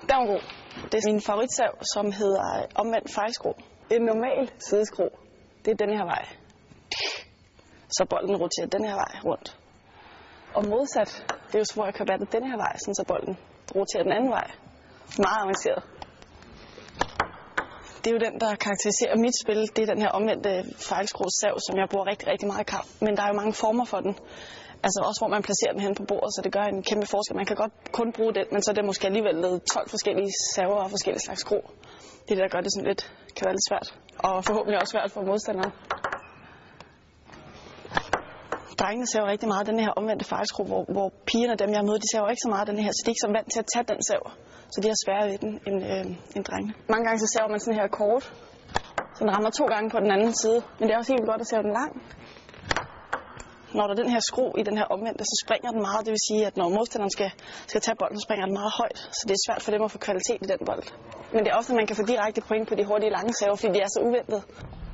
Den var god. Det er min favoritsav, som hedder omvendt fejlskru. En normal sideskru, det er den her vej. Så bolden roterer den her vej rundt. Og modsat, det er jo så, hvor jeg kører battet den her vej, så bolden roterer den anden vej. Meget avanceret. Det er jo den, der karakteriserer mit spil. Det er den her omvendte fejlskruesav, som jeg bruger rigtig, rigtig meget i kamp. Men der er jo mange former for den. Altså også, hvor man placerer den hen på bordet, så det gør en kæmpe forskel. Man kan godt kun bruge den, men så er det måske alligevel 12 forskellige saver og forskellige slags skru. Det er det, der gør det sådan lidt, kan være lidt svært. Og forhåbentlig også svært for modstanderen. Drengene saver rigtig meget den her omvendte fejlskru, hvor pigerne, dem jeg møder, de saver ikke så meget den her, så de er ikke så vant til at tage den sav. Så de har sværere ved den end drengene. Mange gange så saver man sådan her kort, så den rammer 2 gange på den anden side. Men det er også helt godt at save den lang. Når der er den her skru i den her omvendte, så springer den meget. Det vil sige, at når modstanderen skal tage bolden, så springer den meget højt. Så det er svært for dem at få kvalitet i den bold. Men det er også, at man kan få direkte point på de hurtige lange saver, fordi de er så uventede.